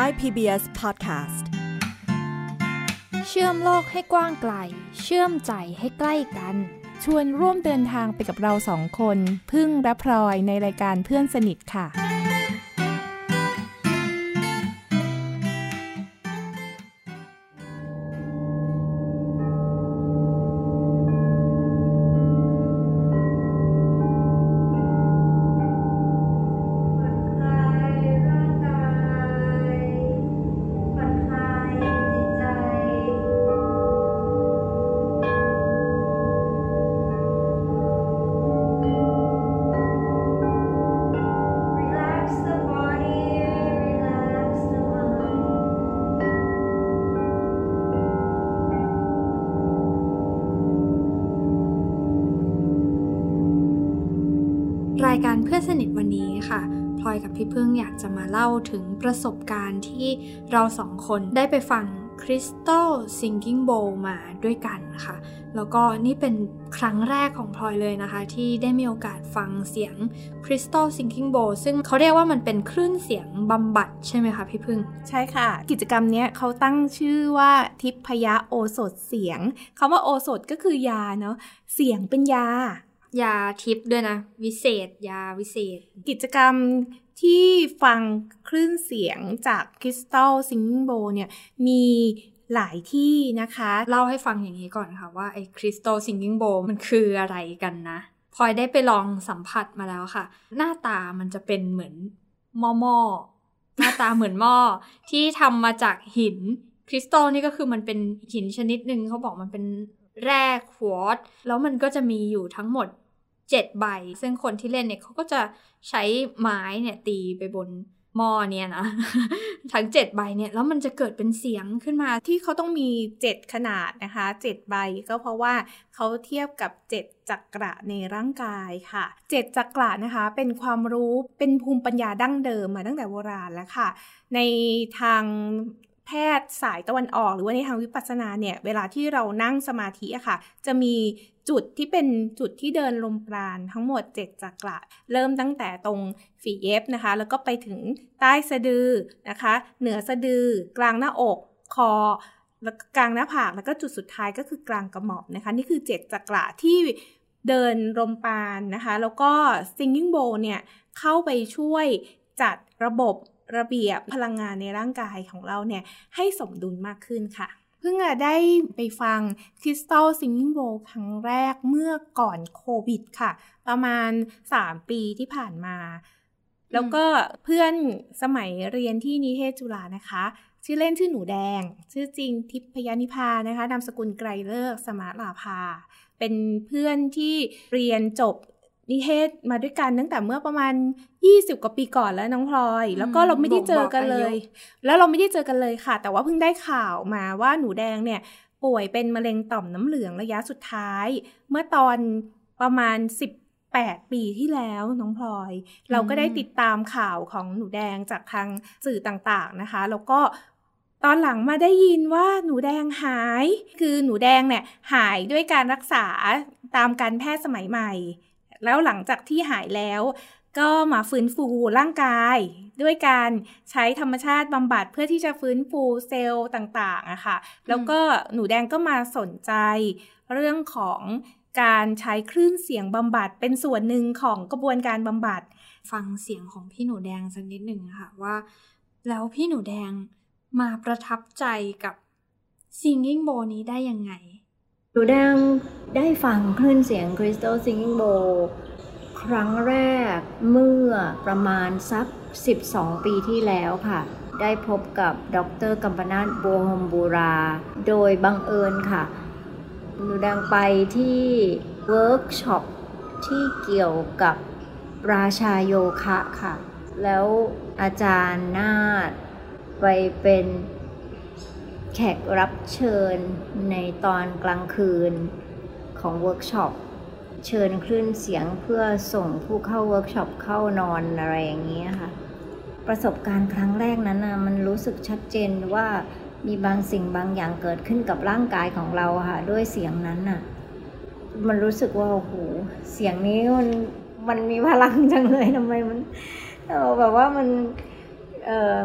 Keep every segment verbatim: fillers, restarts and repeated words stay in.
Thai พี บี เอส Podcast เชื่อมโลกให้กว้างไกลเชื่อมใจให้ใกล้กันชวนร่วมเดินทางไปกับเราสองคนพึ่งและพลอยในรายการเพื่อนสนิทค่ะรายการเพื่อนสนิทวันนี้ค่ะพลอยกับพี่พึ่งอยากจะมาเล่าถึงประสบการณ์ที่เราสองคนได้ไปฟัง Crystal Singing Bowl มาด้วยกันค่ะแล้วก็นี่เป็นครั้งแรกของพลอยเลยนะคะที่ได้มีโอกาสฟังเสียง Crystal Singing Bowl ซึ่งเขาเรียกว่ามันเป็นคลื่นเสียงบำบัดใช่ไหมคะพี่พึ่งใช่ค่ะกิจกรรมนี้เขาตั้งชื่อว่าทิพยโอสถเสียงคำว่าโอสถก็คือยาเนาะเสียงเป็นยายาทิพย์ด้วยนะวิเศษยาวิเศษกิจกรรมที่ฟังคลื่นเสียงจาก Crystal Singing Bowl เนี่ยมีหลายที่นะคะเล่าให้ฟังอย่างนี้ก่อนค่ะว่าไอ้ Crystal Singing Bowl มันคืออะไรกันนะพลอยได้ไปลองสัมผัสมาแล้วค่ะหน้าตามันจะเป็นเหมือนหม้อหม้อ หน้าตาเหมือนหม้อที่ทำมาจากหินคริสตัลนี่ก็คือมันเป็นหินชนิดนึงเขาบอกมันเป็นแร่ควอตซ์แล้วมันก็จะมีอยู่ทั้งหมดเจ็ดใบซึ่งคนที่เล่นเนี่ยเขาก็จะใช้ไม้เนี่ยตีไปบนหม้อเนี่ยนะ ทั้งเจ็ดใบเนี่ยแล้วมันจะเกิดเป็นเสียงขึ้นมาที่เขาต้องมีเจ็ดขนาดนะคะเจ็ดใบก็เพราะว่าเขาเทียบกับเจ็ดจักระในร่างกายค่ะเจ็ดจักระนะคะเป็นความรู้เป็นภูมิปัญญาดั้งเดิมมาตั้งแต่โบราณแล้วค่ะในทางแพทย์สายตะวันออกหรือว่าในทางวิปัสสนาเนี่ยเวลาที่เรานั่งสมาธิอะค่ะจะมีจุดที่เป็นจุดที่เดินลมปราณทั้งหมดเจ็ดจักระเริ่มตั้งแต่ตรงฝีเอฟนะคะแล้วก็ไปถึงใต้สะดือนะคะเหนือสะดือกลางหน้าอกคอแล้วกลางหน้าผากแล้วก็จุดสุดท้ายก็คือกลางกระหม่อมนะคะนี่คือเจ็ดจักระที่เดินลมปราณนะคะแล้วก็ Singing Bowl เนี่ยเข้าไปช่วยจัดระบบระเบียบพลังงานในร่างกายของเราเนี่ยให้สมดุลมากขึ้นค่ะเพิ่งได้ไปฟัง Crystal Singing Bowl ครั้งแรกเมื่อก่อนโควิดค่ะประมาณสามปีที่ผ่านมาแล้วก็เพื่อนสมัยเรียนที่นิเทศจุฬานะคะชื่อเล่นชื่อหนูแดงชื่อจริงทิพยนิพานะคะนามสกุลไกรเลิกษ์สมาลาภาเป็นเพื่อนที่เรียนจบนิเทศมาด้วยกันตั้งแต่เมื่อประมาณยี่สิบกว่าปีก่อนแล้วน้องพลอยแล้วก็เราไม่ได้เจอกันเลยแล้วเราไม่ได้เจอกันเลยค่ะแต่ว่าเพิ่งได้ข่าวมาว่าหนูแดงเนี่ยป่วยเป็นมะเร็งต่อมน้ำเหลืองระยะสุดท้ายเมื่อตอนประมาณสิบแปดปีที่แล้วน้องพลอยเราก็ได้ติดตามข่าวของหนูแดงจากทางสื่อต่างๆนะคะแล้วก็ตอนหลังมาได้ยินว่าหนูแดงหายคือหนูแดงเนี่ยหายด้วยการรักษาตามการแพทย์สมัยใหม่แล้วหลังจากที่หายแล้วก็มาฟื้นฟูร่างกายด้วยการใช้ธรรมชาติบำบัดเพื่อที่จะฟื้นฟูเซลล์ต่างๆอะค่ะแล้วก็หนูแดงก็มาสนใจเรื่องของการใช้คลื่นเสียงบำบัดเป็นส่วนหนึ่งของกระบวนการบำบัดฟังเสียงของพี่หนูแดงสักนิดหนึ่งค่ะว่าแล้วพี่หนูแดงมาประทับใจกับ Singing Bowl นี้ได้ยังไงหนูแดงได้ฟังคลื่นเสียง Crystal Singing Bowl ครั้งแรกเมื่อประมาณสักสิบสองปีที่แล้วค่ะได้พบกับดร.กัมปนาท บัวหอมบูราโดยบังเอิญค่ะหนูแดงไปที่เวิร์กช็อปที่เกี่ยวกับราชาโยคะค่ะแล้วอาจารย์นาฏไปเป็นแขกรับเชิญในตอนกลางคืนของเวิร์กช็อปเชิญคลื่นเสียงเพื่อส่งผู้เข้าเวิร์กช็อปเข้านอนอะไรอย่างนี้ค่ะประสบการณ์ครั้งแรกนั้นนะมันรู้สึกชัดเจนว่ามีบางสิ่งบางอย่างเกิดขึ้นกับร่างกายของเราค่ะด้วยเสียงนั้นน่ะมันรู้สึกว่าโอ้โหเสียงนี้มันมันมีพลังจังเลยทำไมมันเออแบบว่ามันเออ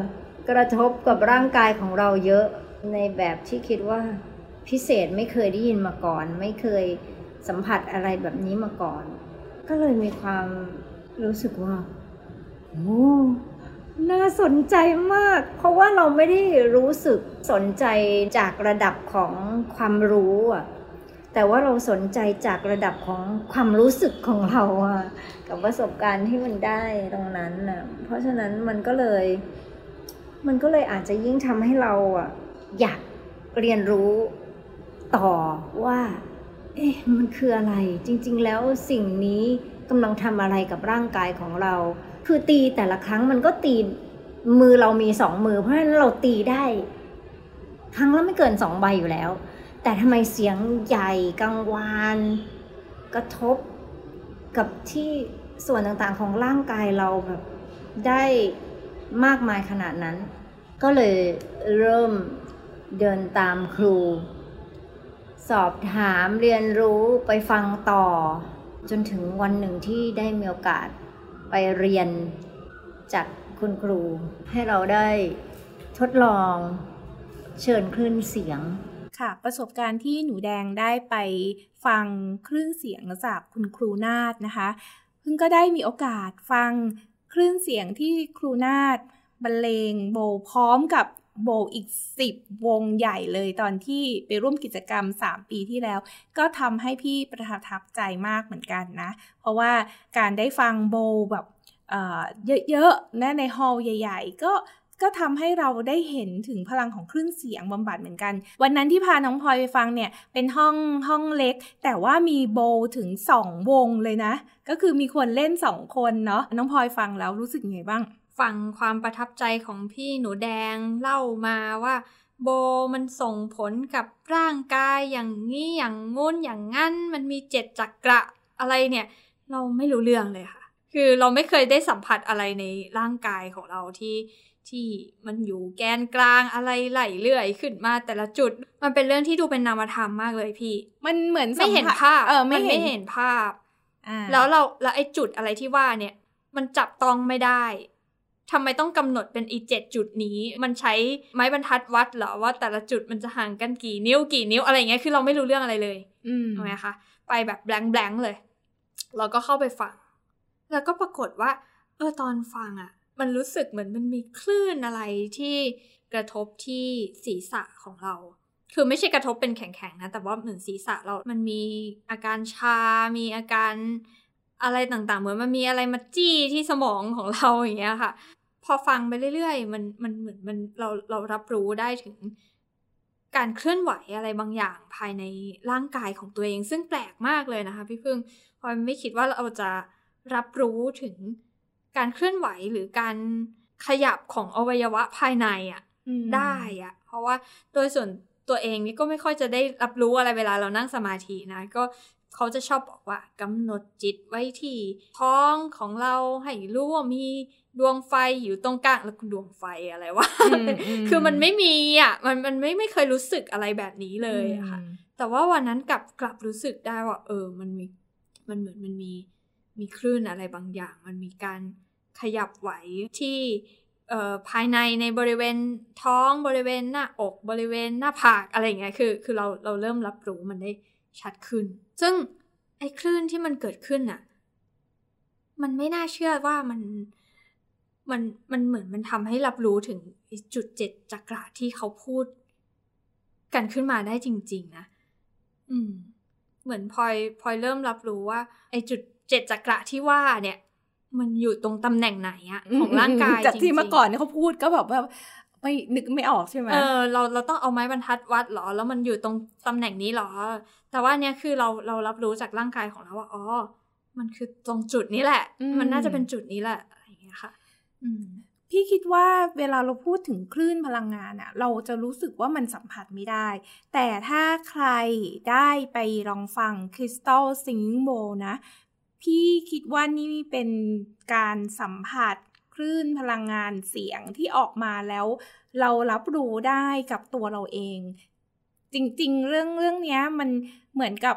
กระทบกับร่างกายของเราเยอะในแบบที่คิดว่าพิเศษไม่เคยได้ยินมาก่อนไม่เคยสัมผัสอะไรแบบนี้มาก่อนก็เลยมีความรู้สึกว่าโอ้น่าสนใจมากเพราะว่าเราไม่ได้รู้สึกสนใจจากระดับของความรู้อ่ะแต่ว่าเราสนใจจากระดับของความรู้สึกของเราอ่ะกับประสบการณ์ที่มันได้ตรงนั้นน่ะเพราะฉะนั้นมันก็เลยมันก็เลยอาจจะยิ่งทำให้เราอ่ะอยากเรียนรู้ต่อว่าเอ๊ะมันคืออะไรจริงๆแล้วสิ่งนี้กำลังทำอะไรกับร่างกายของเราคือตีแต่ละครั้งมันก็ตีมือเรามีสองมือเพราะฉะนั้นเราตีได้ครั้งละไม่เกินสองใบอยู่แล้วแต่ทำไมเสียงใหญ่กังวานกระทบกับที่ส่วนต่างๆของร่างกายเราแบบได้มากมายขนาดนั้นก็เลยเริ่มเดินตามครูสอบถามเรียนรู้ไปฟังต่อจนถึงวันหนึ่งที่ได้มีโอกาสไปเรียนจากคุณครูให้เราได้ทดลองเชิญคลื่นเสียงค่ะประสบการณ์ที่หนูแดงได้ไปฟังคลื่นเสียงจากคุณครูนาฏนะคะเพิ่งก็ได้มีโอกาสฟังคลื่นเสียงที่ครูนาฏบรรเลงโบว์พร้อมกับโบว์อีกสิบวงใหญ่เลยตอนที่ไปร่วมกิจกรรมสามปีที่แล้วก็ทำให้พี่ประทับใจมากเหมือนกันนะเพราะว่าการได้ฟังโบว์แบบเอ่อเยอะๆนะในฮอลล์ใหญ่ๆก็ก็ทำให้เราได้เห็นถึงพลังของคลื่นเสียงบำบัดเหมือนกันวันนั้นที่พาน้องพลอยไปฟังเนี่ยเป็นห้องห้องเล็กแต่ว่ามีโบว์ถึงสองวงเลยนะก็คือมีคนเล่นสองคนเนาะน้องพลอยฟังแล้วรู้สึกไงบ้างฟังความประทับใจของพี่หนูแดงเล่ามาว่าโบมันส่งผลกับร่างกายอย่างนี้อย่างงุ้นอย่างงั้นมันมีเจ็ดจักระอะไรเนี่ยเราไม่รู้เรื่องเลยค่ะคือเราไม่เคยได้สัมผัสอะไรในร่างกายของเราที่ที่มันอยู่แกนกลางอะไรไหลเลื่อยขึ้นมาแต่ละจุดมันเป็นเรื่องที่ดูเป็นนามธรรมมากเลยพี่มันเหมือนไม่เห็นภาพเออมันไม่เห็นภาพแล้วเราแล้วไอ้จุดอะไรที่ว่าเนี่ยมันจับต้องไม่ได้ทำไมต้องกำหนดเป็นอีเจ็ดจุดนี้มันใช้ไม้บรรทัดวัดเหรอว่าแต่ละจุดมันจะห่างกันกี่นิ้วกี่นิ้วอะไรเงี้ยคือเราไม่รู้เรื่องอะไรเลยถูกไหมคะไปแบบแบงค์ๆเลยเราก็เข้าไปฟังแล้วก็ปรากฏว่าเออตอนฟังอ่ะมันรู้สึกเหมือนมันมีคลื่นอะไรที่กระทบที่ศีรษะของเราคือไม่ใช่กระทบเป็นแข็งๆนะแต่ว่าเหมือนศีรษะเรามันมีอาการชามีอาการอะไรต่างๆเหมือนมันมีอะไรมาจี้ที่สมองของเราอย่างเงี้ยค่ะพอฟังไปเรื่อยๆมันมันเหมือนมันเราเรารับรู้ได้ถึงการเคลื่อนไหวอะไรบางอย่างภายในร่างกายของตัวเองซึ่งแปลกมากเลยนะคะพี่พึ่งพอไม่คิดว่าเราจะรับรู้ถึงการเคลื่อนไหวหรือการขยับของอวัยวะภายในอ่ะได้อ่ะเพราะว่าโดยส่วนตัวเองนี่ก็ไม่ค่อยจะได้รับรู้อะไรเวลาเรานั่งสมาธินะก็เขาจะชอบบอกว่ากำหนดจิตไว้ที่ท้องของเราให้รู้ว่ามีดวงไฟอยู่ตรงกลางแล้วดวงไฟอะไรวะ คือมันไม่มีอ่ะมันมันไม่ไม่เคยรู้สึกอะไรแบบนี้เลยอะค่ะแต่ว่าวันนั้นกลับกลับรู้สึกได้ว่าเออมันมีมันเหมือนมันมีมีคลื่นอะไรบางอย่างมันมีการขยับไหวที่เอ่อภายในในบริเวณท้องบริเวณหน้าอกบริเวณหน้าผากอะไรอย่างเงี้ยคือคือเราเราเริ่มรับรู้มันได้ชัดขึ้นซึ่งไอ้คลื่นที่มันเกิดขึ้นน่ะมันไม่น่าเชื่อว่ามันมันมันเหมือนมันทำให้รับรู้ถึงจุดเจ็ดจักระที่เขาพูดกันขึ้นมาได้จริงๆนะอืมเหมือนพลอยพลอยเริ่มรับรู้ว่าไอ้จุดเจ็ดจักระที่ว่าเนี่ยมันอยู่ตรงตำแหน่งไหนอะของร่างกายจริงๆจากที่เมื่อก่อนเนี่ยเขาพูดก็แบบว่าไม่นึกไม่ออกใช่ไหมเออเราเราต้องเอาไม้บรรทัดวัดหรอแล้วมันอยู่ตรงตำแหน่งนี้หรอแต่ว่าเนี่ยคือเราเรารับรู้จากร่างกายของเราว่าอ๋อมันคือตรงจุดนี้แหละมันน่าจะเป็นจุดนี้แหละอะไรอย่างเงี้ยค่ะอืมพี่คิดว่าเวลาเราพูดถึงคลื่นพลังงานอะเราจะรู้สึกว่ามันสัมผัสไม่ได้แต่ถ้าใครได้ไปลองฟัง Crystal Singing Bowl นะพี่คิดว่านี่เป็นการสัมผัสคลื่นพลังงานเสียงที่ออกมาแล้วเรารับรู้ได้กับตัวเราเองจริงๆเรื่องเรื่องนี้มันเหมือนกับ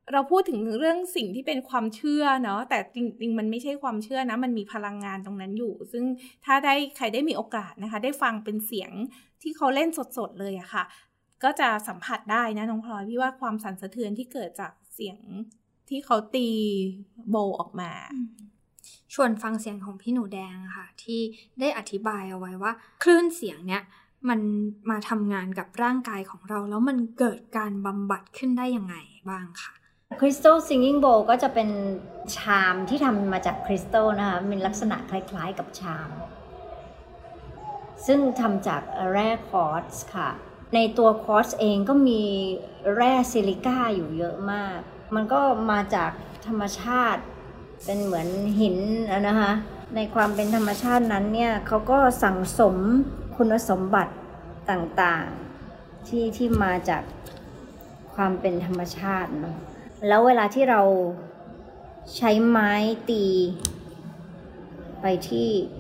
เราพูดถึงเรื่องสิ่งที่เป็นความเชื่อเนาะแต่จริงๆมันไม่ใช่ความเชื่อนะมันมีพลังงานตรงนั้นอยู่ซึ่งถ้าได้ใครได้มีโอกาสนะคะได้ฟังเป็นเสียงที่เขาเล่นสดๆเลยอะค่ะก็จะสัมผัสได้นะน้องพลอยพี่ว่าความสั่นสะเทือนที่เกิดจากเสียงที่เขาตีโบออกมาชวนฟังเสียงของพี่หนูแดงค่ะที่ได้อธิบายเอาไว้ว่าคลื่นเสียงเนี้ยมันมาทำงานกับร่างกายของเราแล้วมันเกิดการบำบัดขึ้นได้ยังไงบ้างค่ะ Crystal Singing Bowl ก็จะเป็นชามที่ทำมาจากคริสตัลนะคะมีลักษณะคล้ายๆกับชามซึ่งทำจากแร่ควอร์ตซ์ค่ะในตัวควอร์ตซ์เองก็มีแร่ซิลิก้าอยู่เยอะมากมันก็มาจากธรรมชาติเป็นเหมือนหินนะคะในความเป็นธรรมชาตินั้นเนี่ยเขาก็สั่งสมคุณสมบัติต่างๆที่ที่มาจากความเป็นธรรมชาติเนาะแล้วเวลาที่เราใช้ไม้ตีไปที่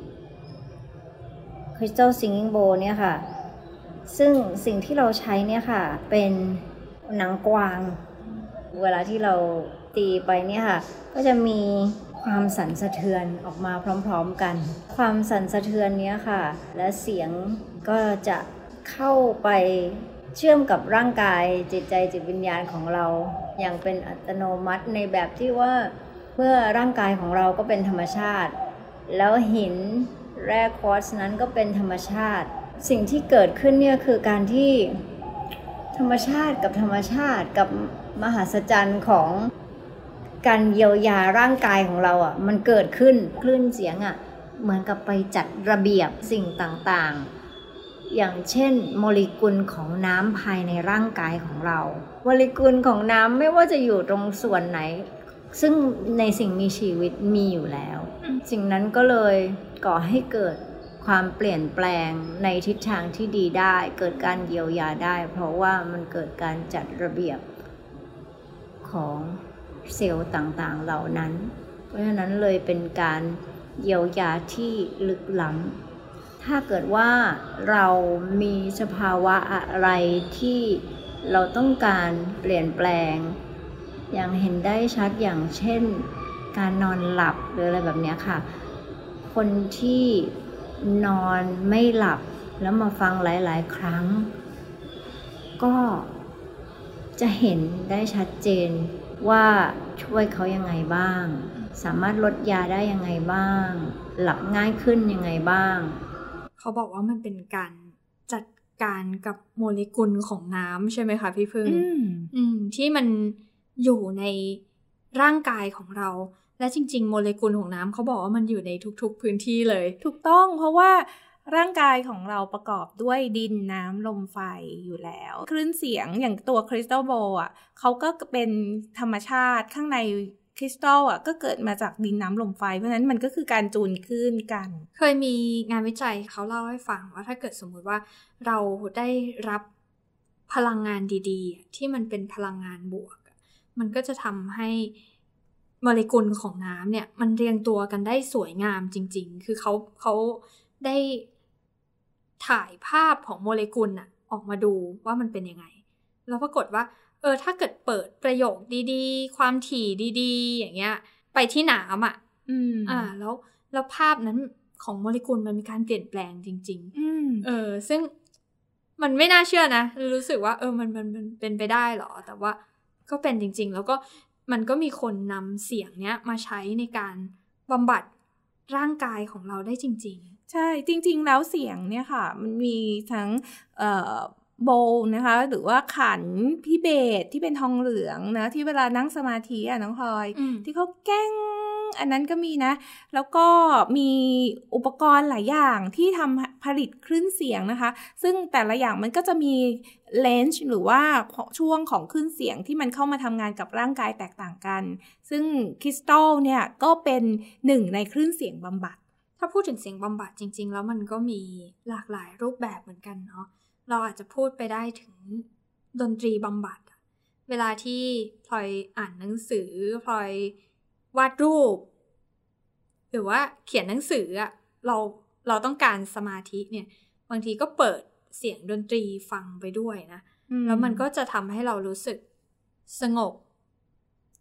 Crystal Singing Bowl เนี่ยค่ะซึ่งสิ่งที่เราใช้เนี่ยค่ะเป็นหนังกวางเวลาที่เราตีไปเนี่ยค่ะก็จะมีความสั่นสะเทือนออกมาพร้อมๆกันความสั่นสะเทือนเนี้ยค่ะและเสียงก็จะเข้าไปเชื่อมกับร่างกายจิตใจจิตวิญญาณของเราอย่างเป็นอัตโนมัติในแบบที่ว่าเมื่อร่างกายของเราก็เป็นธรรมชาติแล้วหินแร่ควอร์ตซ์นั้นก็เป็นธรรมชาติสิ่งที่เกิดขึ้นเนี่ยคือการที่ธรรมชาติกับธรรมชาติกับมหัศจรรย์ของการเยียวยาร่างกายของเราอ่ะมันเกิดขึ้นคลื่นเสียงอ่ะเหมือนกับไปจัดระเบียบสิ่งต่างๆอย่างเช่นโมเลกุลของน้ำภายในร่างกายของเราโมเลกุลของน้ำไม่ว่าจะอยู่ตรงส่วนไหนซึ่งในสิ่งมีชีวิตมีอยู่แล้วสิ่งนั้นก็เลยก่อให้เกิดความเปลี่ยนแปลงในทิศทางที่ดีได้เกิดการเยียวยาได้เพราะว่ามันเกิดการจัดระเบียบของเซลล์ต่างๆเหล่านั้นเพราะฉะนั้นเลยเป็นการเยียวยาที่ลึกล้ำถ้าเกิดว่าเรามีสภาวะอะไรที่เราต้องการเปลี่ยนแปลงอย่างเห็นได้ชัดอย่างเช่นการนอนหลับหรืออะไรแบบนี้ค่ะคนที่นอนไม่หลับแล้วมาฟังหลายๆครั้งก็จะเห็นได้ชัดเจนว่าช่วยเขายังไงบ้างสามารถลดยาได้ยังไงบ้างหลับง่ายขึ้นยังไงบ้างเขาบอกว่ามันเป็นการจัดการกับโมเลกุลของน้ำใช่ไหมคะพี่พึ่งอืมอืมที่มันอยู่ในร่างกายของเราและจริงๆโมเลกุลของน้ำเขาบอกว่ามันอยู่ในทุกๆพื้นที่เลยถูกต้องเพราะว่าร่างกายของเราประกอบด้วยดินน้ำลมไฟอยู่แล้วคลื่นเสียงอย่างตัวคริสตัลโบว์อ่ะเขาก็เป็นธรรมชาติข้างในคริสตัลอ่ะก็เกิดมาจากดินน้ำลมไฟเพราะฉะนั้นมันก็คือการจูนคลื่นกันเคยมีงานวิจัยเขาเล่าให้ฟังว่าถ้าเกิดสมมุติว่าเราได้รับพลังงานดีๆที่มันเป็นพลังงานบวกมันก็จะทำให้โมเลกุลของน้ำเนี่ยมันเรียงตัวกันได้สวยงามจริงๆคือเขาเขาได้ถ่ายภาพของโมเลกุลอะออกมาดูว่ามันเป็นยังไงแล้วปรากฏว่าเออถ้าเกิดเปิดประโยคดีๆความถี่ดีๆอย่างเงี้ยไปที่น้ำอ่ะอืมอ่าแล้วแล้วภาพนั้นของโมเลกุลมันมีการเปลี่ยนแปลงจริงๆอืมเออซึ่งมันไม่น่าเชื่อนะรู้สึกว่าเออมันมันมันเป็นไปได้หรอแต่ว่าก็เป็นจริงๆแล้วก็มันก็มีคนนำเสียงเนี้ยมาใช้ในการบำบัดร่างกายของเราได้จริงๆใช่จริงๆแล้วเสียงเนี่ยค่ะมันมีทั้งเอ่อโบว์นะคะหรือว่าขันพี่เบสที่เป็นทองเหลืองนะที่เวลานั่งสมาธิอ่ะน้องพลอยที่เขาแก้งอันนั้นก็มีนะแล้วก็มีอุปกรณ์หลายอย่างที่ทำผลิตคลื่นเสียงนะคะซึ่งแต่ละอย่างมันก็จะมีเลนส์หรือว่าช่วงของคลื่นเสียงที่มันเข้ามาทำงานกับร่างกายแตกต่างกันซึ่งคริสตัลเนี่ยก็เป็นหนึ่งในคลื่นเสียงบำบัดถ้าพูดถึงเสียงบำบัดจริงๆแล้วมันก็มีหลากหลายรูปแบบเหมือนกันเนาะเราอาจจะพูดไปได้ถึงดนตรีบำบัดเวลาที่พลอยอ่านหนังสือพลอยวาดรูปหรือว่าเขียนหนังสืออ่ะเราเราต้องการสมาธิเนี่ยบางทีก็เปิดเสียงดนตรีฟังไปด้วยนะแล้วมันก็จะทำให้เรารู้สึกสงบ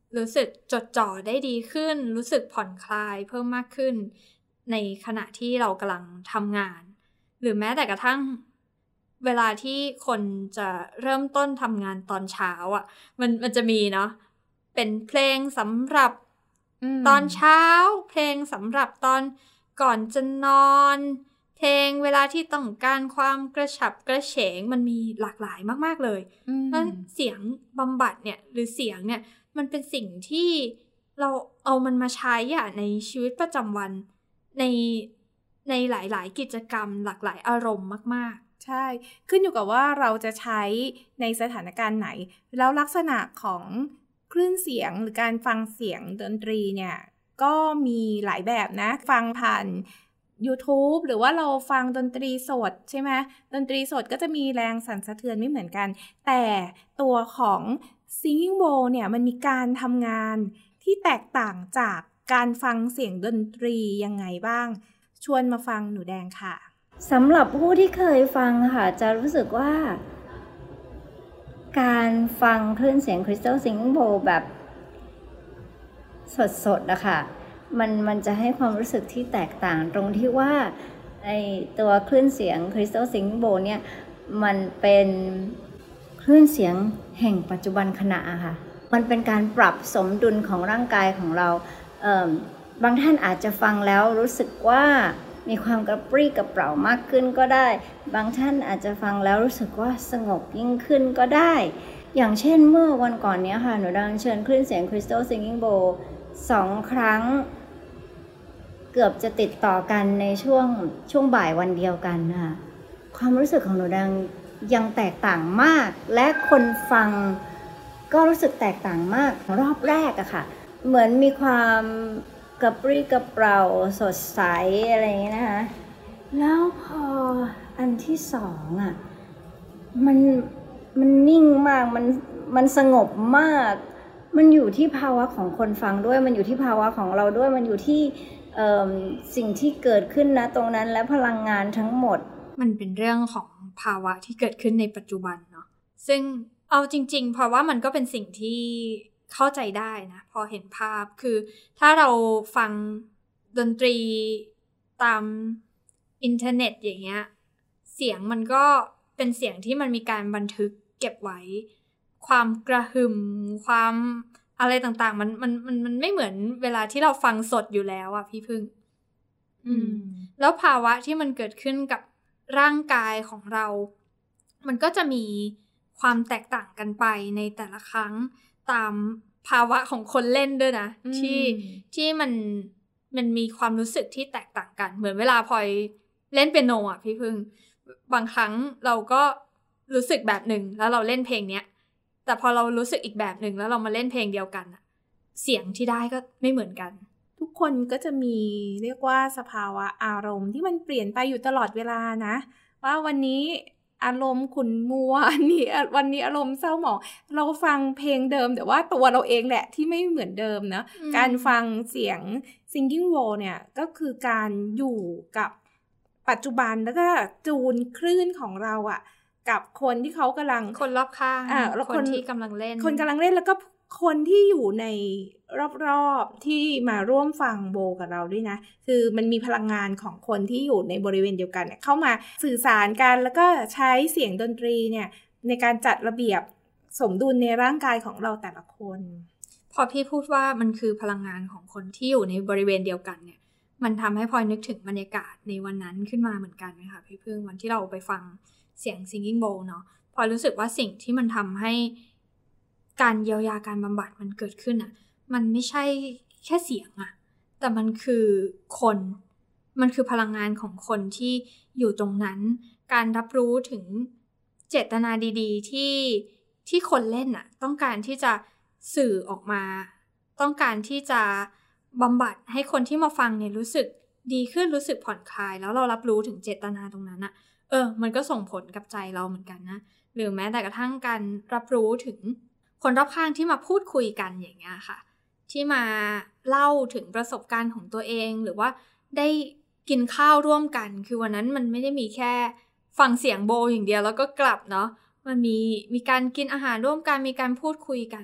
รู้สึกจดจ่อได้ดีขึ้นรู้สึกผ่อนคลายเพิ่มมากขึ้นในขณะที่เรากำลังทำงานหรือแม้แต่กระทั่งเวลาที่คนจะเริ่มต้นทำงานตอนเช้าอ่ะมันมันจะมีเนาะเป็นเพลงสำหรับตอนเช้าเพลงสำหรับตอนก่อนจะนอนเพลงเวลาที่ต้องการความกระฉับกระเฉงมันมีหลากหลายมากๆเลยนั่นเสียงบำบัดเนี่ยหรือเสียงเนี่ยมันเป็นสิ่งที่เราเอามันมาใช้อะในชีวิตประจำวันในในหลายๆกิจกรรมหลากหลายอารมณ์มากๆใช่ขึ้นอยู่กับว่าเราจะใช้ในสถานการณ์ไหนแล้วลักษณะของคลื่นเสียงหรือการฟังเสียงดนตรีเนี่ยก็มีหลายแบบนะฟังผ่าน YouTube หรือว่าเราฟังดนตรีสดใช่ไหมดนตรีสดก็จะมีแรงสั่นสะเทือนไม่เหมือนกันแต่ตัวของ Singing Bowl เนี่ยมันมีการทำงานที่แตกต่างจากการฟังเสียงดนตรียังไงบ้างชวนมาฟังหนูแดงค่ะสำหรับผู้ที่เคยฟังค่ะจะรู้สึกว่าการฟังคลื่นเสียง Crystal Singing Bowl แบบสดๆนะคะมันมันจะให้ความรู้สึกที่แตกต่างตรงที่ว่าไอตัวคลื่นเสียง Crystal Singing Bowl เนี่ยมันเป็นคลื่นเสียงแห่งปัจจุบันขณะค่ะมันเป็นการปรับสมดุลของร่างกายของเราเอ่อบางท่านอาจจะฟังแล้วรู้สึกว่ามีความกระปรี้กระเปร่ามากขึ้นก็ได้บางท่านอาจจะฟังแล้วรู้สึกว่าสงบยิ่งขึ้นก็ได้อย่างเช่นเมื่อวันก่อนนี้ค่ะหนูดังเชิญคลื่นเสียง Crystal Singing Bowl สองครั้งเกือบจะติดต่อกันในช่วงช่วงบ่ายวันเดียวกันค่ะความรู้สึกของหนูดังยังแตกต่างมากและคนฟังก็รู้สึกแตกต่างมากรอบแรกอะค่ะเหมือนมีความกระปรี้กระเปร่าสดใสอะไรอย่างเงี้ยนะคะแล้วพออันที่สองอะมันมันนิ่งมากมันมันสงบมากมันอยู่ที่ภาวะของคนฟังด้วยมันอยู่ที่ภาวะของเราด้วยมันอยู่ที่เอ่อสิ่งที่เกิดขึ้นนะตรงนั้นและพลังงานทั้งหมดมันเป็นเรื่องของภาวะที่เกิดขึ้นในปัจจุบันเนาะซึ่งเอาจริงๆเพราะว่ามันก็เป็นสิ่งที่เข้าใจได้นะพอเห็นภาพคือถ้าเราฟังดนตรีตามอินเทอร์เน็ตอย่างเงี้ยเสียงมันก็เป็นเสียงที่มันมีการบันทึกเก็บไว้ความกระหึ่มความอะไรต่างๆมันมันมันมันไม่เหมือนเวลาที่เราฟังสดอยู่แล้วอะพี่พึ่งอืมแล้วภาวะที่มันเกิดขึ้นกับร่างกายของเรามันก็จะมีความแตกต่างกันไปในแต่ละครั้งตามภาวะของคนเล่นด้วยนะที่ที่มันมันมีความรู้สึกที่แตกต่างกันเหมือนเวลาพลอยเล่นเปียโนอ่ะพี่พึ่งบางครั้งเราก็รู้สึกแบบหนึ่งแล้วเราเล่นเพลงเนี้ยแต่พอเรารู้สึกอีกแบบหนึ่งแล้วเรามาเล่นเพลงเดียวกันอะเสียงที่ได้ก็ไม่เหมือนกันทุกคนก็จะมีเรียกว่าสภาวะอารมณ์ที่มันเปลี่ยนไปอยู่ตลอดเวลานะว่าวันนี้อารมณ์ขุ่นมัวอันนี้วันนี้อารมณ์เศร้าหมองเราฟังเพลงเดิมแต่ว่าตัวเราเองแหละที่ไม่เหมือนเดิมนะการฟังเสียง Singing Bowl เนี่ยก็คือการอยู่กับปัจจุบันแล้วก็จูนคลื่นของเราอะกับคนที่เขากำลังคนรอบข้างอ่าคนที่กำลังเล่นคนกำลังเล่นแล้วก็คนที่อยู่ในรอบๆที่มาร่วมฟังโบกับเราด้วยนะคือมันมีพลังงานของคนที่อยู่ในบริเวณเดียวกันเนี่ยเข้ามาสื่อสารกันแล้วก็ใช้เสียงดนตรีเนี่ยในการจัดระเบียบสมดุลในร่างกายของเราแต่ละคนพอพี่พูดว่ามันคือพลังงานของคนที่อยู่ในบริเวณเดียวกันเนี่ยมันทำให้พลอยนึกถึงบรรยากาศในวันนั้นขึ้นมาเหมือนกันนะคะพี่พึ่งวันที่เราไปฟังเสียง Singing Bowl เนาะพลอยรู้สึกว่าสิ่งที่มันทำให้การเยียวยาการบำบัดมันเกิดขึ้นอ่ะมันไม่ใช่แค่เสียงอ่ะแต่มันคือคนมันคือพลังงานของคนที่อยู่ตรงนั้นการรับรู้ถึงเจตนาดีๆที่ที่คนเล่นอ่ะต้องการที่จะสื่อออกมาต้องการที่จะบำบัดให้คนที่มาฟังเนี่ยรู้สึกดีขึ้นรู้สึกผ่อนคลายแล้วเรารับรู้ถึงเจตนาตรงนั้นอ่ะเออมันก็ส่งผลกับใจเราเหมือนกันนะหรือแม้แต่กระทั่งการรับรู้ถึงคนรอบข้างที่มาพูดคุยกันอย่างเงี้ยค่ะที่มาเล่าถึงประสบการณ์ของตัวเองหรือว่าได้กินข้าวร่วมกันคือวันนั้นมันไม่ได้มีแค่ฟังเสียงโบอย่างเดียวแล้วก็กลับเนาะมันมีมีการกินอาหารร่วมกันมีการพูดคุยกัน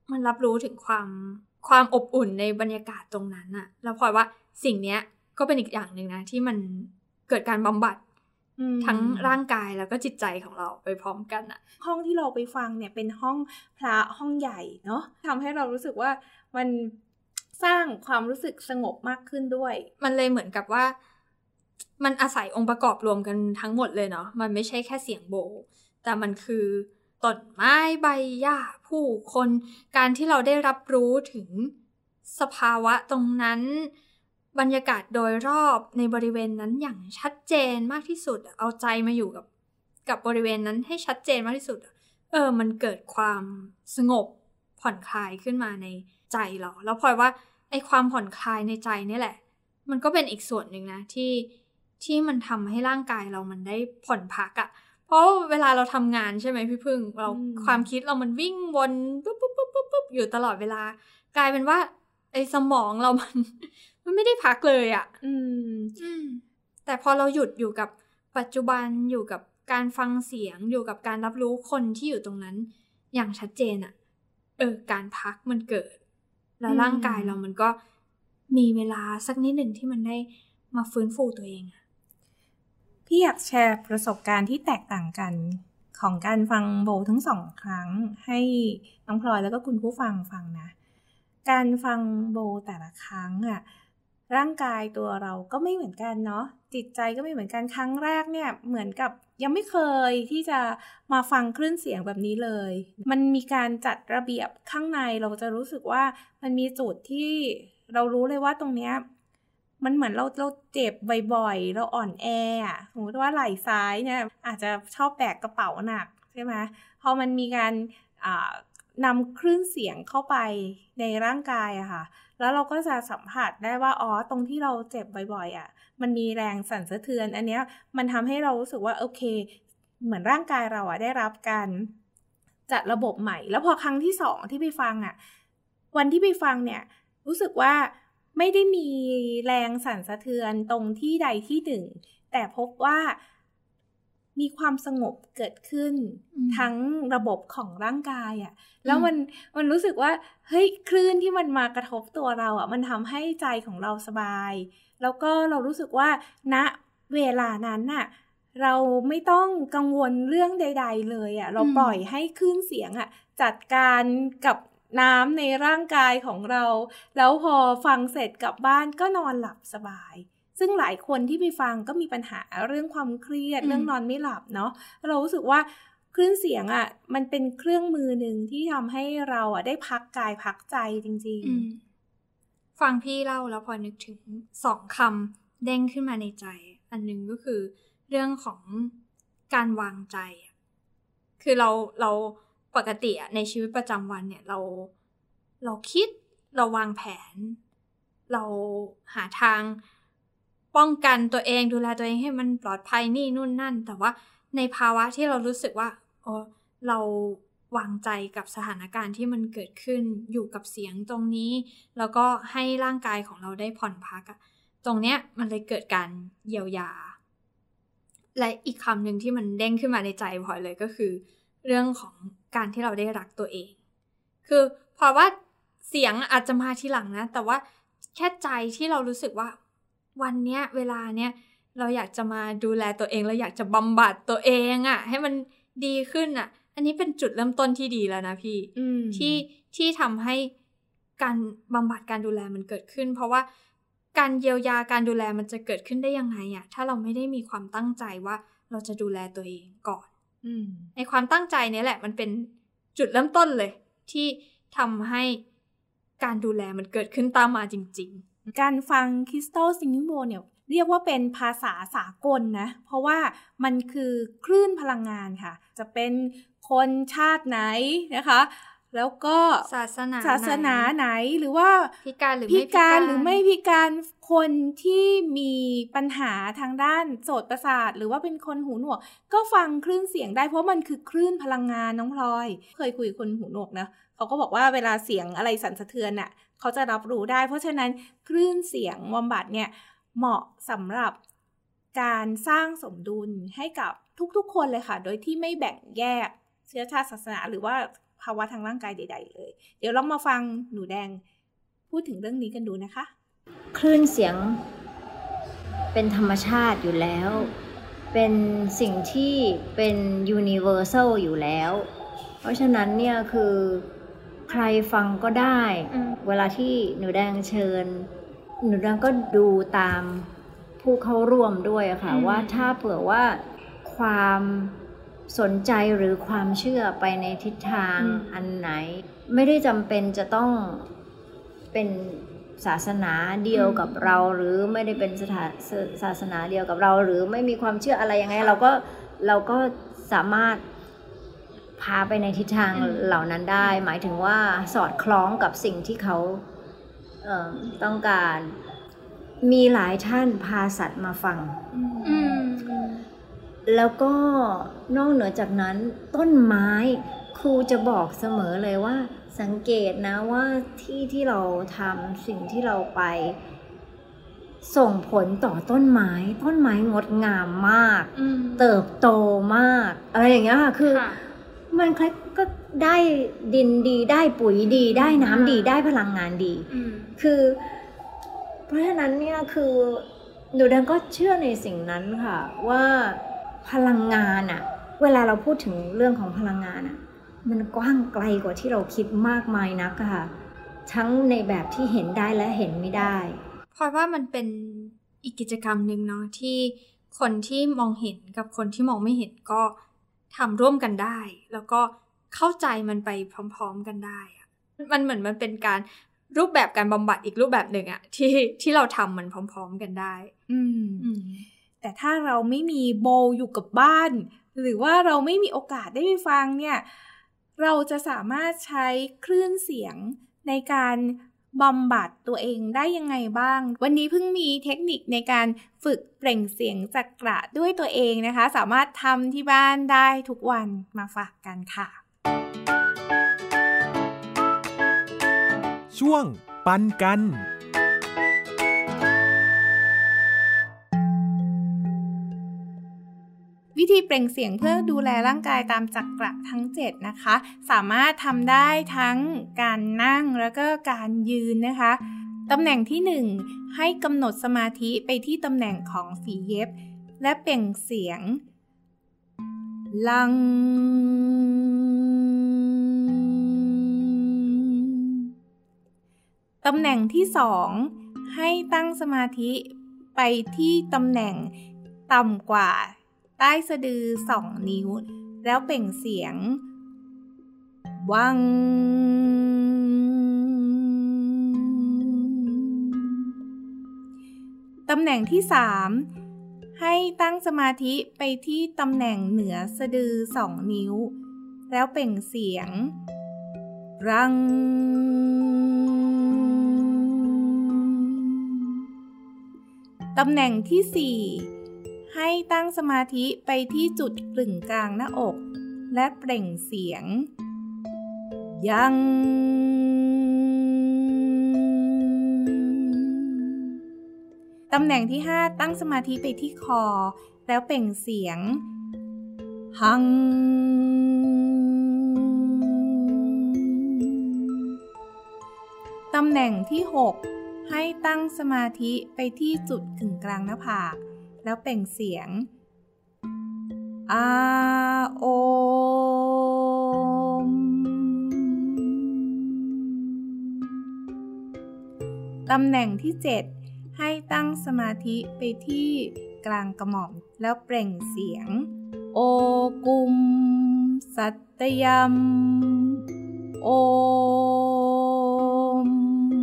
มันรับรู้ถึงความความอบอุ่นในบรรยากาศตรงนั้นอะแล้วพลอยว่าสิ่งเนี้ยก็เป็นอีกอย่างหนึ่งนะที่มันเกิดการบำบัดทั้งร่างกายแล้วก็จิตใจของเราไปพร้อมกันอะห้องที่เราไปฟังเนี่ยเป็นห้องพระห้องใหญ่เนาะทำให้เรารู้สึกว่ามันสร้างความรู้สึกสงบมากขึ้นด้วยมันเลยเหมือนกับว่ามันอาศัยองค์ประกอบรวมกันทั้งหมดเลยเนาะมันไม่ใช่แค่เสียงโบแต่มันคือต้นไม้ใบหญ้าผู้คนการที่เราได้รับรู้ถึงสภาวะตรงนั้นบรรยากาศโดยรอบในบริเวณนั้นอย่างชัดเจนมากที่สุดเอาใจมาอยู่กับกับบริเวณนั้นให้ชัดเจนมากที่สุดเออมันเกิดความสงบผ่อนคลายขึ้นมาในใจเราแล้วพลอยว่าไอ้ความผ่อนคลายในใจนี่แหละมันก็เป็นอีกส่วนหนึ่งนะที่ที่มันทำให้ร่างกายเรามันได้ผ่อนพักอะเพราะเวลาเราทำงานใช่ไหมพี่พึ่งเราความคิดเรามันวิ่งวนปุ๊บปุ๊บปุ๊บปุ๊บปุ๊บอยู่ตลอดเวลากลายเป็นว่าไอ้สมองเรามันมันไม่ได้พักเลยอะอืมอืมแต่พอเราหยุดอยู่กับปัจจุบันอยู่กับการฟังเสียงอยู่กับการรับรู้คนที่อยู่ตรงนั้นอย่างชัดเจนอะเออการพักมันเกิดแล้วร่างกายเรามันก็มีเวลาสักนิดหนึ่งที่มันได้มาฟื้นฟูตัวเองอะพี่อยากแชร์ประสบการณ์ที่แตกต่างกันของการฟังโบทั้งสองครั้งให้น้องพลอยแล้วก็คุณผู้ฟังฟังนะการฟังโบแต่ละครั้งอะร่างกายตัวเราก็ไม่เหมือนกันเนาะจิตใจก็ไม่เหมือนกันครั้งแรกเนี่ยเหมือนกับยังไม่เคยที่จะมาฟังคลื่นเสียงแบบนี้เลยมันมีการจัดระเบียบข้างในเราจะรู้สึกว่ามันมีจุดที่เรารู้เลยว่าตรงเนี้ยมันเหมือนเราเราเจ็บบ่อยๆเราอ่อนแออ่ะสมมติว่าไหล่ซ้ายเนี่ยอาจจะชอบแบกกระเป๋าหนักใช่ไหมพอมันมีการอ่านำคลื่นเสียงเข้าไปในร่างกายอะค่ะแล้วเราก็จะสัมผัสได้ว่าอ๋อตรงที่เราเจ็บบ่อยๆอะมันมีแรงสั่นสะเทือนอันเนี้ยมันทำให้เรารู้สึกว่าโอเคเหมือนร่างกายเราอะได้รับการจัดระบบใหม่แล้วพอครั้งที่สองที่ไปฟังอะวันที่ไปฟังเนี่ยรู้สึกว่าไม่ได้มีแรงสั่นสะเทือนตรงที่ใดที่หนึ่งแต่พบว่ามีความสงบเกิดขึ้นทั้งระบบของร่างกายอ่ะแล้วมันมันรู้สึกว่าเฮ้ยคลื่นที่มันมากระทบตัวเราอ่ะมันทำให้ใจของเราสบายแล้วก็เรารู้สึกว่าณเวลานั้นน่ะเราไม่ต้องกังวลเรื่องใดๆเลยอ่ะเราปล่อยให้คลื่นเสียงอ่ะจัดการกับน้ำในร่างกายของเราแล้วพอฟังเสร็จกลับบ้านก็นอนหลับสบายซึ่งหลายคนที่ไปฟังก็มีปัญหาเรื่องความเครียดเรื่องนอนไม่หลับเนาะเรารู้สึกว่าคลื่นเสียงอ่ะมันเป็นเครื่องมือหนึ่งที่ทำให้เราอ่ะได้พักกายพักใจจริงๆฟังพี่เล่าแล้วพอนึกถึงสองคำเด้งขึ้นมาในใจอันนึงก็คือเรื่องของการวางใจคือเราเราปกติในชีวิตประจำวันเนี่ยเราเราคิดเราวางแผนเราหาทางป้องกันตัวเองดูแลตัวเองให้มันปลอดภัยนี่นู่นนั่นแต่ว่าในภาวะที่เรารู้สึกว่าอ๋อเราวางใจกับสถานการณ์ที่มันเกิดขึ้นอยู่กับเสียงตรงนี้แล้วก็ให้ร่างกายของเราได้ผ่อนพักอะตรงเนี้ยมันเลยเกิดการเยียวยาและอีกคำหนึ่งที่มันเด้งขึ้นมาในใจพลอยเลยก็คือเรื่องของการที่เราได้รักตัวเองคือเพราะว่าเสียงอาจจะมาทีหลังนะแต่ว่าแค่ใจที่เรารู้สึกว่าวันเนี้ยเวลาเนี้ยเราอยากจะมาดูแลตัวเองเราอยากจะบำบัดตัวเองอ่ะให้มันดีขึ้นอ่ะอันนี้เป็นจุดเริ่มต้นที่ดีแล้วนะพี่ที่ที่ทำให้การบำบัดการดูแลมันเกิดขึ้นเพราะว่าการเยียวยาการดูแลมันจะเกิดขึ้นได้ยังไงอ่ะถ้าเราไม่ได้มีความตั้งใจว่าเราจะดูแลตัวเองก่อนไอ้ความตั้งใจนี้แหละมันเป็นจุดเริ่มต้นเลยที่ทำให้การดูแลมันเกิดขึ้นตามมาจริงๆการฟัง Crystal Singing Bowl เนี่ยเรียกว่าเป็นภาษาสากลนะเพราะว่ามันคือคลื่นพลังงานค่ะจะเป็นคนชาติไหนนะคะแล้วก็ศาสนาศาสนาไหนหรือว่าพิการหรือไม่พิการหรือไม่พิการคนที่มีปัญหาทางด้านโสตประสาทหรือว่าเป็นคนหูหนวกก็ฟังคลื่นเสียงได้เพราะมันคือคลื่นพลังงานน้องพลอยเคยคุยกับคนหูหนวกนะเขาก็บอกว่าเวลาเสียงอะไรสั่นสะเทือนน่ะเขาจะรับรู้ได้เพราะฉะนั้นคลื่นเสียงบำบัดเนี่ยเหมาะสำหรับการสร้างสมดุลให้กับทุกๆคนเลยค่ะโดยที่ไม่แบ่งแยกเชื้อชาติศาสนาหรือว่าภาวะทางร่างกายใดๆเลยเดี๋ยวลองมาฟังหนูแดงพูดถึงเรื่องนี้กันดูนะคะคลื่นเสียงเป็นธรรมชาติอยู่แล้วเป็นสิ่งที่เป็น universal อยู่แล้วเพราะฉะนั้นเนี่ยคือใครฟังก็ได้เวลาที่หนูแดงเชิญหนูแดงก็ดูตามผู้เข้าร่วมด้วยค่ะว่าถ้าเผื่อว่าความสนใจหรือความเชื่อไปในทิศทางอันไหนไม่ได้จำเป็นจะต้องเป็นศาสนาเดียวกับเราหรือไม่ได้เป็นสถาศาสนาเดียวกับเราหรือไม่มีความเชื่ออะไรยังไงเราก็เราก็สามารถพาไปในทิศทางเหล่านั้นได้หมายถึงว่าสอดคล้องกับสิ่งที่เขาเอ่อต้องการมีหลายท่านพาสัตว์มาฟังแล้วก็นอกเหนือจากนั้นต้นไม้ครูจะบอกเสมอเลยว่าสังเกตนะว่าที่ที่เราทำสิ่งที่เราไปส่งผลต่อต้นไม้ต้นไม้งดงามมากเติบโตมากอะไรอย่างเงี้ยค่ะคือมันคล้ายก็ได้ดินดีได้ปุ๋ยดีได้น้ำดีได้พลังงานดีคือเพราะฉะนั้นเนี่ยคือหนูดังก็เชื่อในสิ่งนั้นค่ะว่าพลังงานอะเวลาเราพูดถึงเรื่องของพลังงานอะมันกว้างไกลกว่าที่เราคิดมากมายนักค่ะทั้งในแบบที่เห็นได้และเห็นไม่ได้เพราะว่ามันเป็นอีกกิจกรรมนึงเนาะที่คนที่มองเห็นกับคนที่มองไม่เห็นก็ทำร่วมกันได้แล้วก็เข้าใจมันไปพร้อมๆกันได้อะมันเหมือนมันเป็นการรูปแบบการบำบัดอีกรูปแบบหนึ่งอะที่ที่เราทำมันพร้อมๆกันได้อืมอืมแต่ถ้าเราไม่มีโบอยู่กับบ้านหรือว่าเราไม่มีโอกาสได้ไปฟังเนี่ยเราจะสามารถใช้คลื่นเสียงในการบำบัดตัวเองได้ยังไงบ้างวันนี้เพิ่งมีเทคนิคในการฝึกเปล่งเสียงจักระด้วยตัวเองนะคะสามารถทำที่บ้านได้ทุกวันมาฝากกันค่ะช่วงปันกันวิธีเปล่งเสียงเพื่อดูแลร่างกายตามจักระทั้งเจ็ดนะคะสามารถทำได้ทั้งการนั่งแล้วก็การยืนนะคะตำแหน่งที่หนึ่งให้กำหนดสมาธิไปที่ตำแหน่งของฝีเย็บและเปล่งเสียงลังตำแหน่งที่สองให้ตั้งสมาธิไปที่ตำแหน่งต่ำกว่าใต้สะดือสองนิ้วแล้วเปล่งเสียงวังตำแหน่งที่สามให้ตั้งสมาธิไปที่ตำแหน่งเหนือสะดือสองนิ้วแล้วเปล่งเสียงรังตำแหน่งที่สี่ให้ตั้งสมาธิไปที่จุดกึ่งกลางหน้าอกและเปล่งเสียงยังตำแหน่งที่ห้าตั้งสมาธิไปที่คอแล้วเปล่งเสียงหังตำแหน่งที่หกให้ตั้งสมาธิไปที่จุดกึ่งกลางหน้าผากแล้วเปล่งเสียงอาโอมตำแหน่งที่เจ็ดให้ตั้งสมาธิไปที่กลางกระหม่อมแล้วเปล่งเสียงโอกุมสัตยัมโอม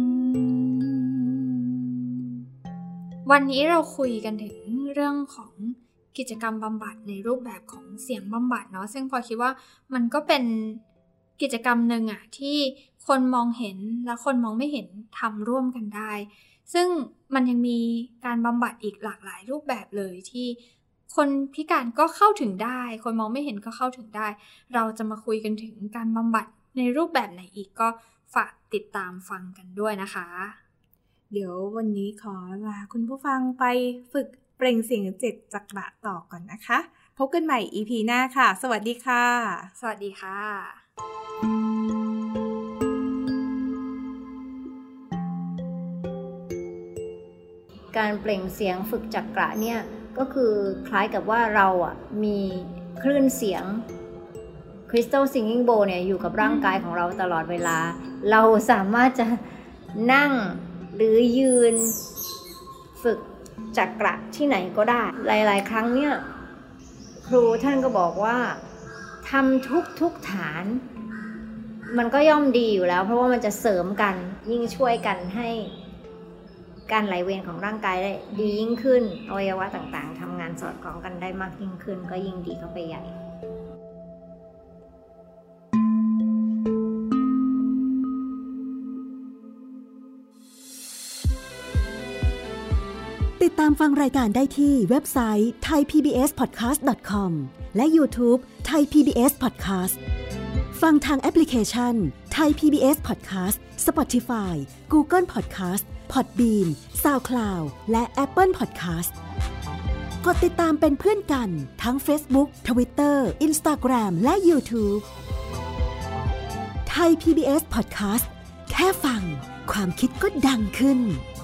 วันนี้เราคุยกันถึงเรื่องของกิจกรรมบำบัดในรูปแบบของเสียงบำบัดเนาะซึ่งพอคิดว่ามันก็เป็นกิจกรรมหนึ่งอะที่คนมองเห็นและคนมองไม่เห็นทำร่วมกันได้ซึ่งมันยังมีการบำบัดอีกหลากหลายรูปแบบเลยที่คนพิการก็เข้าถึงได้คนมองไม่เห็นก็เข้าถึงได้เราจะมาคุยกันถึงการบำบัดในรูปแบบไหนอีกก็ฝากติดตามฟังกันด้วยนะคะเดี๋ยววันนี้ขอลาคุณผู้ฟังไปฝึกเปล่งเสียงเจ็ดจักระต่อก่อนนะคะพบกันใหม่ อี พี หน้าค่ะสวัสดีค่ะสวัสดีค่ะการเปล่งเสียงฝึกจักระเนี่ยก็คือคล้ายกับว่าเราอ่ะมีคลื่นเสียง Crystal Singing Bowl เนี่ยอยู่กับร่างกายของเราตลอดเวลาเราสามารถจะนั่งหรือยืนฝึกจักระที่ไหนก็ได้หลายๆครั้งเนี่ยครูท่านก็บอกว่าทำทุกทุกฐานมันก็ย่อมดีอยู่แล้วเพราะว่ามันจะเสริมกันยิ่งช่วยกันให้การไหลเวียนของร่างกายได้ดียิ่งขึ้นอวัยวะต่างๆทำงานสอดคล้องกันได้มากยิ่งขึ้นก็ยิ่งดีเข้าไปใหญ่ติดตามฟังรายการได้ที่เว็บไซต์ ไทยพีบีเอสพอดแคสต์ ดอท คอม และ YouTube Thai พี บี เอส Podcast ฟังทางแอปพลิเคชัน Thai พี บี เอส Podcast Spotify Google Podcast Podbean SoundCloud และ Apple Podcast กดติดตามเป็นเพื่อนกันทั้ง Facebook Twitter Instagram และ YouTube Thai พี บี เอส Podcast แค่ฟังความคิดก็ดังขึ้น